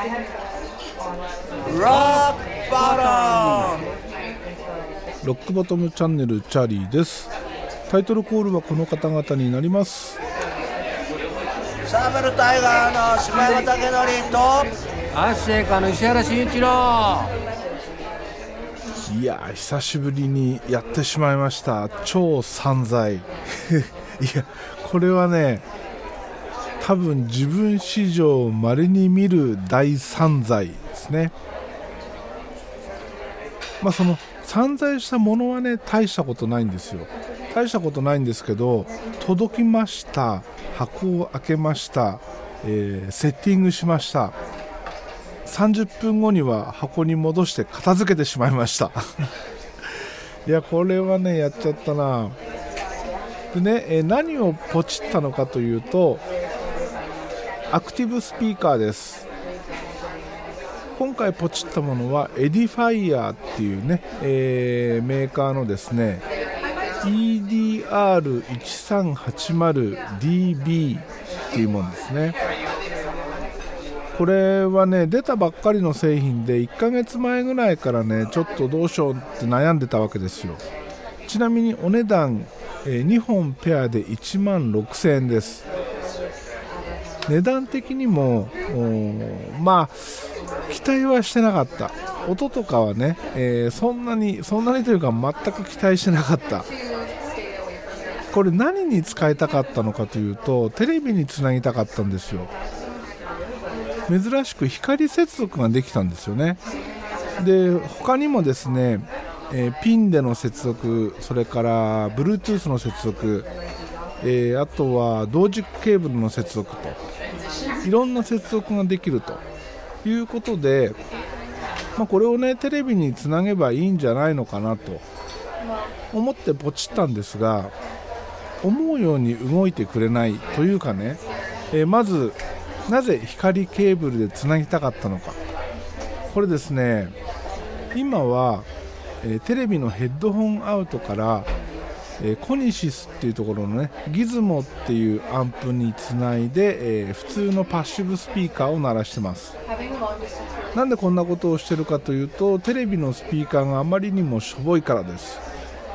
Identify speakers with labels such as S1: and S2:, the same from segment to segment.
S1: ロックボトムチャンネルチャーリーです。タイトルコールはこの方々になります。
S2: サーベルタイガーの柴山武則と
S3: アッシェイカーの石原慎一郎。
S1: いや久しぶりにやってしまいました。超散財いやこれはね多分自分史上稀に見る大散財ですね。その散財したものはね大したことないんですよ。大したことないんですけど、届きました、箱を開けました、セッティングしました。30分後には箱に戻して片付けてしまいましたいやこれはねやっちゃったな。でね、何をポチったのかというとアクティブスピーカーです。今回ポチったものはエディファイアっていうね、メーカーのですね EDR1380DB っていうものですね。これはね出たばっかりの製品で1ヶ月前ぐらいからねちょっとどうしようって悩んでたわけですよ。ちなみにお値段、2本ペアで16,000円です。値段的にも期待はしてなかった。音とかはね、そんなにというか全く期待してなかった。これ何に使いたかったのかというとテレビにつなぎたかったんですよ。珍しく光接続ができたんですよね。で他にもですね、ピンでの接続、それから Bluetooth の接続、あとは同軸ケーブルの接続といろんな接続ができるということで、これをねテレビにつなげばいいんじゃないのかなと思ってポチったんですが、思うように動いてくれないというかね、まずなぜ光ケーブルでつなぎたかったのか。これですね今は、テレビのヘッドホンアウトからコニシスっていうところのねギズモっていうアンプにつないで、普通のパッシブスピーカーを鳴らしてます。なんでこんなことをしてるかというとテレビのスピーカーがあまりにもしょぼいからです。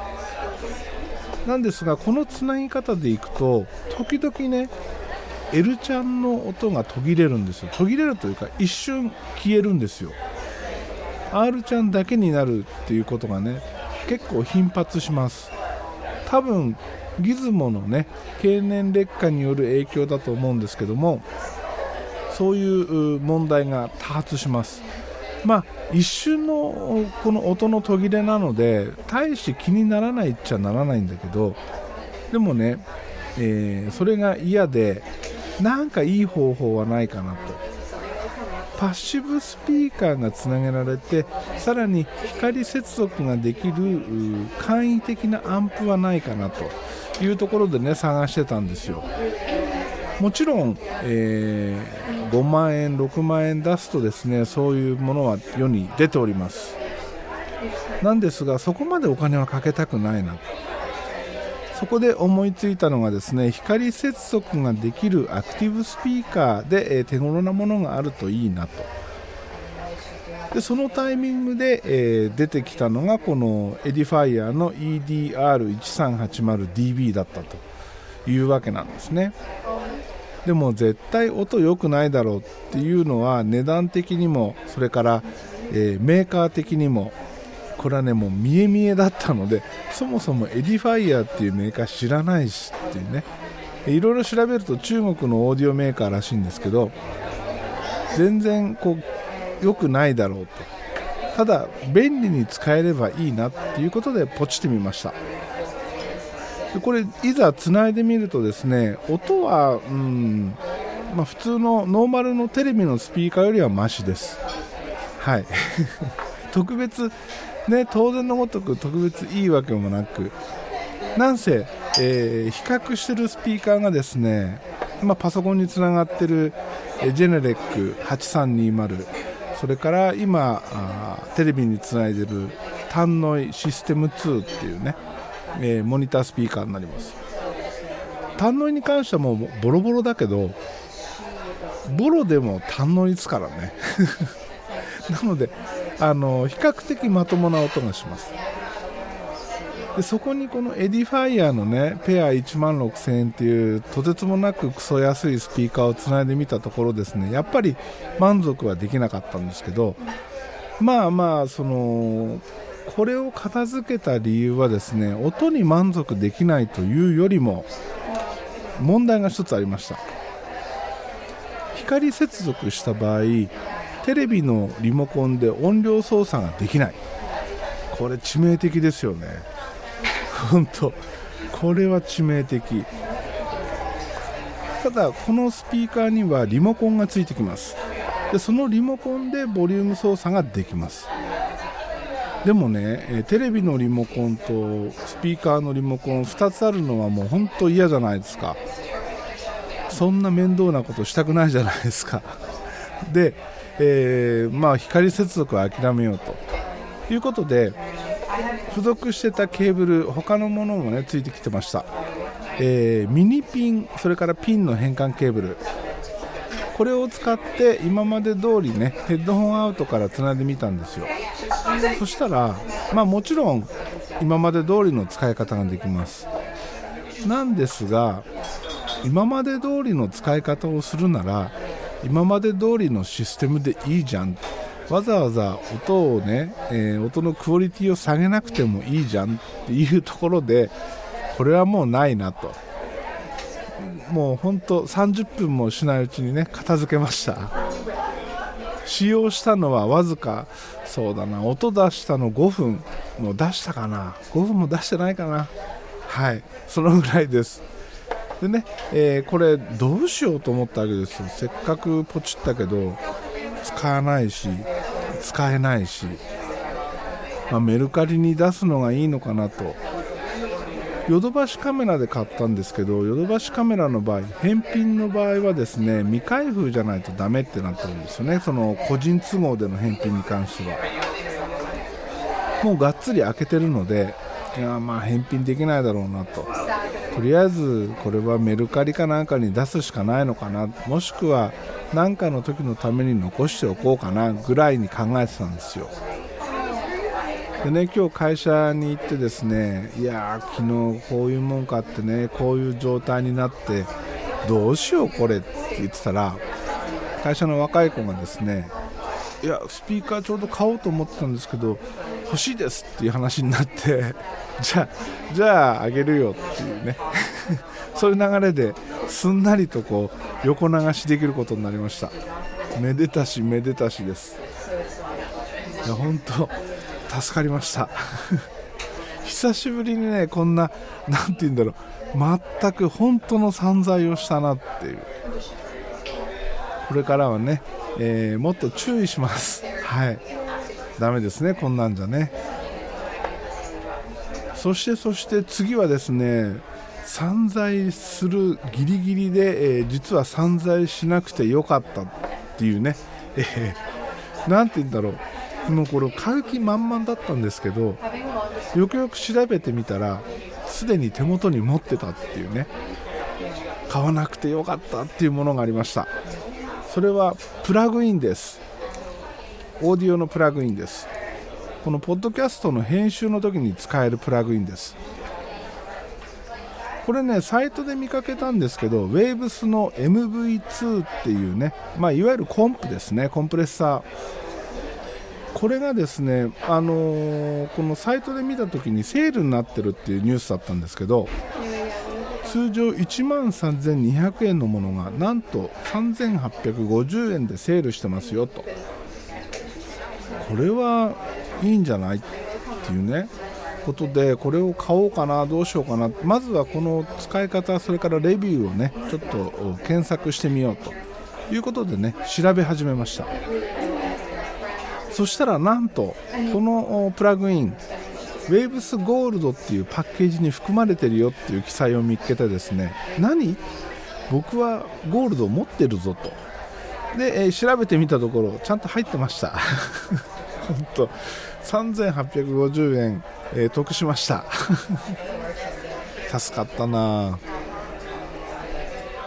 S1: なんですがこのつなぎ方でいくと時々ね L ちゃんの音が途切れるんですよ。途切れるというか一瞬消えるんですよ。 R ちゃんだけになるっていうことがね結構頻発します。多分ギズモのね経年劣化による影響だと思うんですけども、そういう問題が多発します。一瞬のこの音の途切れなので大して気にならないっちゃならないんだけど、でもね、それが嫌でなんかいい方法はないかなと。パッシブスピーカーがつなげられてさらに光接続ができる簡易的なアンプはないかなというところでね探してたんですよ。もちろん、5万円6万円出すとですねそういうものは世に出ております。なんですがそこまでお金はかけたくないなと。そこで思いついたのがですね光接続ができるアクティブスピーカーで、手頃なものがあるといいなと。でそのタイミングで、出てきたのがこのエディファイアの EDR1380DB だったというわけなんですね。でも絶対音良くないだろうっていうのは値段的にもそれから、メーカー的にもこれはねもう見え見えだったので、そもそもエディファイアっていうメーカー知らないしっていうね、いろいろ調べると中国のオーディオメーカーらしいんですけど全然良くないだろうと。ただ便利に使えればいいなっていうことでポチってみました。でこれいざつないでみるとですね音は普通のノーマルのテレビのスピーカーよりはマシです。はい特別ね当然のごとく特別いいわけもなく、なんせ、比較してるスピーカーがですねパソコンにつながってるジェネレック8320、それから今テレビにつないでるタンノイシステム2っていうね、モニタースピーカーになります。タンノイに関してはもうボロボロだけどボロでも堪能につからねなので比較的まともな音がします。でそこにこのエディファイアのねペア16000円っていうとてつもなくクソ安いスピーカーをつないでみたところですね、やっぱり満足はできなかったんですけど、これを片付けた理由はですね、音に満足できないというよりも問題が一つありました。光接続した場合、テレビのリモコンで音量操作ができない。これ致命的ですよね。本当これは致命的。ただこのスピーカーにはリモコンがついてきます。でそのリモコンでボリューム操作ができます。でもね、テレビのリモコンとスピーカーのリモコン2つあるのはもう本当嫌じゃないですか。そんな面倒なことしたくないじゃないですか。で、光接続は諦めようということで、付属してたケーブル他のものもねついてきてました。ミニピン、それからピンの変換ケーブル、これを使って今まで通りねヘッドホンアウトからつないでみたんですよ。そしたらもちろん今まで通りの使い方ができます。なんですが、今まで通りの使い方をするなら今まで通りのシステムでいいじゃん、わざわざ音をね、音のクオリティを下げなくてもいいじゃんっていうところで、これはもうないなと、もう本当30分もしないうちにね片付けました。使用したのはわずか、そうだな、音出したの5分も出したかな、5分も出してないかな、はい、そのぐらいです。でね、これどうしようと思ったわけですよ。せっかくポチったけど使わないし使えないし、メルカリに出すのがいいのかなと。ヨドバシカメラで買ったんですけど、ヨドバシカメラの場合、返品の場合はですね未開封じゃないとダメってなってるんですよね。その個人都合での返品に関してはもうがっつり開けてるので、いや返品できないだろうなと。とりあえずこれはメルカリかなんかに出すしかないのかな、もしくは何かの時のために残しておこうかなぐらいに考えてたんですよ。でね、今日会社に行ってですね、いや昨日こういうもんかってね、こういう状態になってどうしようこれって言ってたら、会社の若い子がですね、いやスピーカーちょうど買おうと思ってたんですけど欲しいですっていう話になってじゃああげるよっていうねそういう流れですんなりとこう横流しできることになりました。めでたしめでたしです。いや本当助かりました久しぶりにねこんななんて言うんだろう、全く本当の散財をしたなっていう。これからはね、もっと注意します。はい、ダメですねこんなんじゃね。そして次はですね、散財するギリギリで、実は散財しなくてよかったっていうね、なんて言うんだろう、もうこれ買う気満々だったんですけど、よくよく調べてみたらすでに手元に持ってたっていうね、買わなくてよかったっていうものがありました。それはプラグインです。オーディオのプラグインです。このポッドキャストの編集の時に使えるプラグインです。これねサイトで見かけたんですけど、Waves の MV2 っていうね、いわゆるコンプですね、コンプレッサー、これがですね、このサイトで見た時にセールになってるっていうニュースだったんですけど、通常13,200円のものがなんと3,850円でセールしてますよと。これはいいんじゃないっていうねことで、これを買おうかな、どうしようかな、まずはこの使い方、それからレビューをねちょっと検索してみようということでね調べ始めました。そしたらなんとこのプラグインWaves Gold っていうパッケージに含まれてるよっていう記載を見つけてですね、何、僕はゴールドを持ってるぞと。で、調べてみたところちゃんと入ってました本当3,850円、得しました助かったな。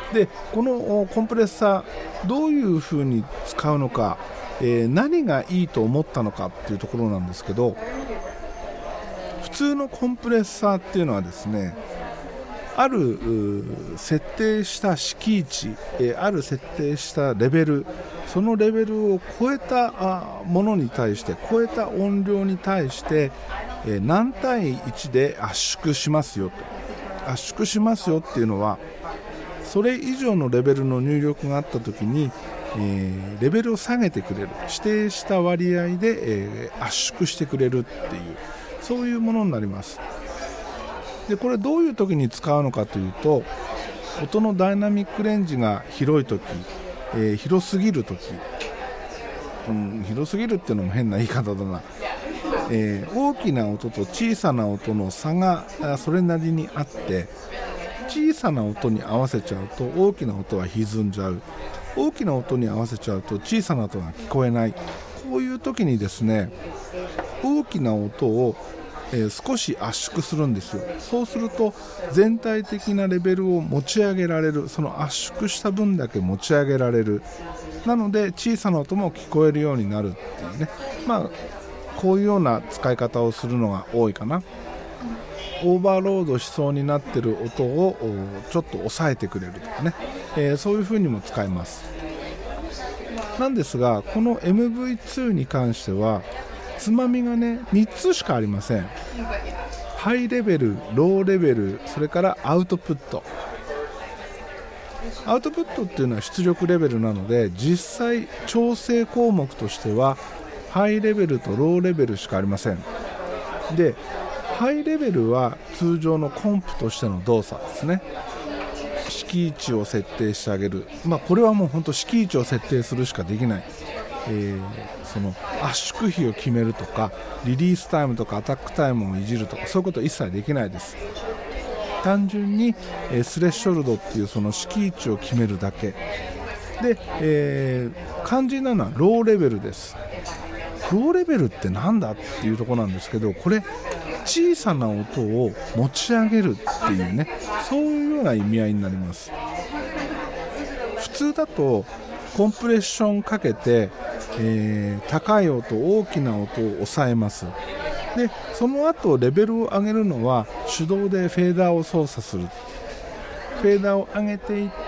S1: でこのコンプレッサーどういう風に使うのか、何がいいと思ったのかっていうところなんですけど、普通のコンプレッサーっていうのはですね、ある設定した敷地、ある設定したレベル、そのレベルを超えたものに対して、超えた音量に対して、何対1で圧縮しますよと。圧縮しますよっていうのは、それ以上のレベルの入力があったときに、レベルを下げてくれる、指定した割合で、圧縮してくれるっていう、そういうものになります。でこれどういう時に使うのかというと、音のダイナミックレンジが広い時、広すぎる時、広すぎるっていうのも変な言い方だな、大きな音と小さな音の差がそれなりにあって、小さな音に合わせちゃうと大きな音は歪んじゃう、大きな音に合わせちゃうと小さな音が聞こえない、こういう時にですね、大きな音を少し圧縮するんですよ。そうすると全体的なレベルを持ち上げられる、その圧縮した分だけ持ち上げられる、なので小さな音も聞こえるようになるっていうね、こういうような使い方をするのが多いかな。オーバーロードしそうになっている音をちょっと抑えてくれるとかね、そういう風にも使えます。なんですが、この MV2 に関してはつまみがね3つしかありません。ハイレベル、ローレベル、それからアウトプット。アウトプットっていうのは出力レベルなので、実際調整項目としてはハイレベルとローレベルしかありません。でハイレベルは通常のコンプとしての動作ですね。敷位置を設定してあげる、これはもう本当敷位置を設定するしかできない。その圧縮比を決めるとか、リリースタイムとかアタックタイムをいじるとか、そういうことは一切できないです。単純にスレッショルドっていうその敷位置を決めるだけで、肝心なのはローレベルです。ローレベルってなんだっていうところなんですけど、これ小さな音を持ち上げるっていうね、そういうような意味合いになります。普通だとコンプレッションかけて、高い音、大きな音を抑えます。でその後レベルを上げるのは手動でフェーダーを操作する。フェーダーを上げていって、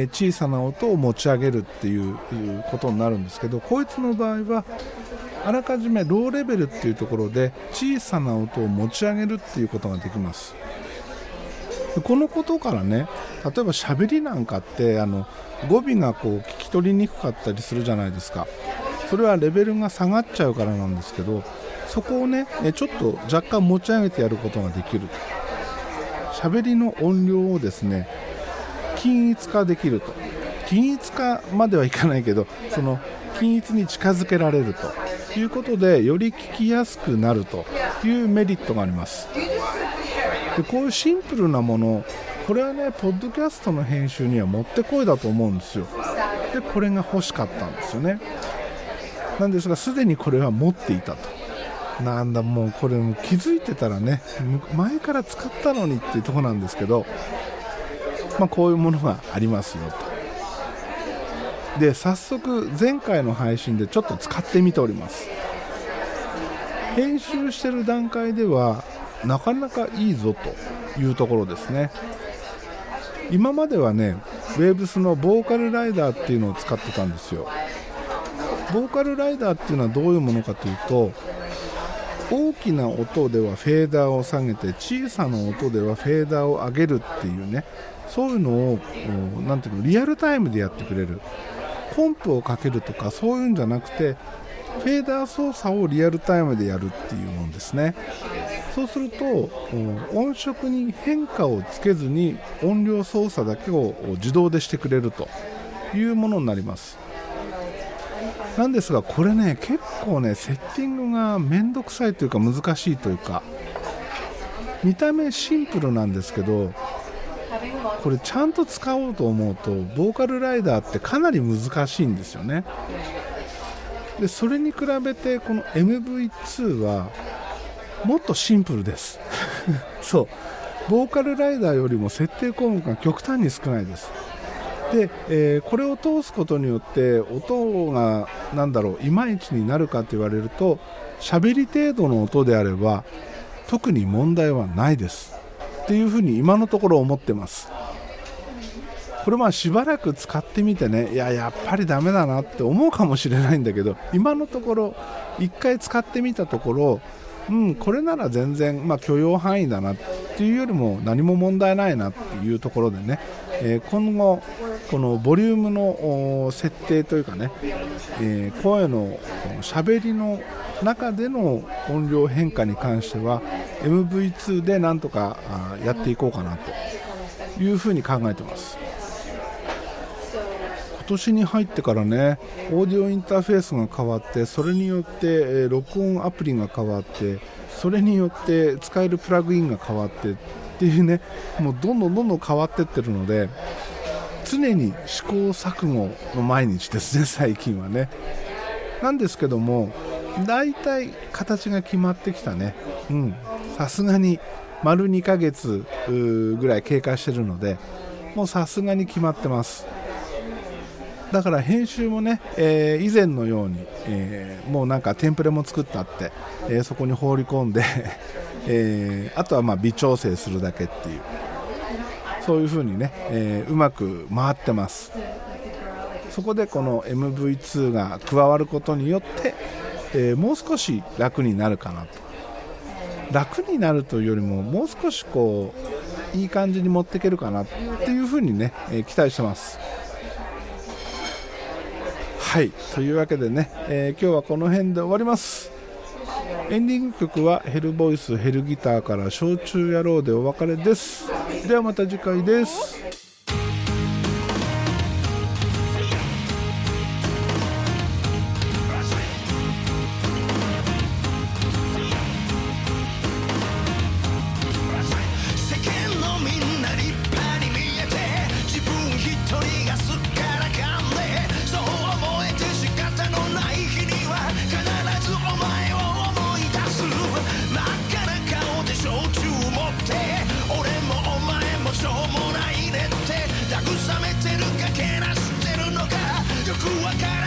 S1: 小さな音を持ち上げるっていうことになるんですけど、こいつの場合はあらかじめローレベルっていうところで小さな音を持ち上げるっていうことができます。このことからね、例えば喋りなんかって語尾がこう聞き取りにくかったりするじゃないですか。それはレベルが下がっちゃうからなんですけど、そこをねちょっと若干持ち上げてやることができる。喋りの音量をですね均一化できると。均一化まではいかないけど、その均一に近づけられるということで、より聞きやすくなるというメリットがあります。でこういうシンプルなもの、これはねポッドキャストの編集にはもってこいだと思うんですよ。でこれが欲しかったんですよね。なんですが、すでにこれは持っていたと。なんだ、もうこれも気づいてたらね、前から使ったのにっていうところなんですけど、こういうものがありますよと。で早速前回の配信でちょっと使ってみております。編集してる段階ではなかなかいいぞというところですね。今まではねウェーブスのボーカルライダーっていうのを使ってたんですよ。ボーカルライダーっていうのはどういうものかというと、大きな音ではフェーダーを下げて、小さな音ではフェーダーを上げるっていうね、そういうのをなんていうの、リアルタイムでやってくれる。コンプをかけるとかそういうんじゃなくて、フェーダー操作をリアルタイムでやるっていうものですね。そうすると音色に変化をつけずに音量操作だけを自動でしてくれるというものになります。なんですが、これね結構ねセッティングがめんどくさいというか難しいというか、見た目シンプルなんですけど、これちゃんと使おうと思うとボーカルライダーってかなり難しいんですよね。でそれに比べてこの MV2 はもっとシンプルですそう、ボーカルライダーよりも設定項目が極端に少ないです。 で、これを通すことによって音がいまいちになるかと言われると、喋り程度の音であれば特に問題はないですっていうふうに今のところ思ってます。これしばらく使ってみてね、やっぱりダメだなって思うかもしれないんだけど、今のところ1回使ってみたところ、これなら全然、許容範囲だなっていうよりも何も問題ないなっていうところでね、今後このボリュームの設定というかね、声の喋りの中での音量変化に関しては MV2 でなんとかやっていこうかなというふうに考えてます。今年に入ってからね、オーディオインターフェースが変わって、それによって録音アプリが変わって、それによって使えるプラグインが変わってっていうね、もうどんどん変わってってるので、常に試行錯誤の毎日ですね、最近はね。なんですけども、だいたい形が決まってきたね。さすがに丸2ヶ月ぐらい経過してるので、もうさすがに決まってます。だから編集もね、以前のように、もうテンプレも作ってあって、そこに放り込んで、あとは微調整するだけっていう、そういう風にね、うまく回ってます。そこでこの MV2 が加わることによって、もう少し楽になるかなと。楽になるというよりも、もう少しいい感じに持っていけるかなっていう風にね、期待してます。はい、というわけでね、今日はこの辺で終わります。エンディング曲はヘルボイスヘルギターから焼酎野郎でお別れです。ではまた次回です。
S4: 慰めてるかけなしてるのかよくわからない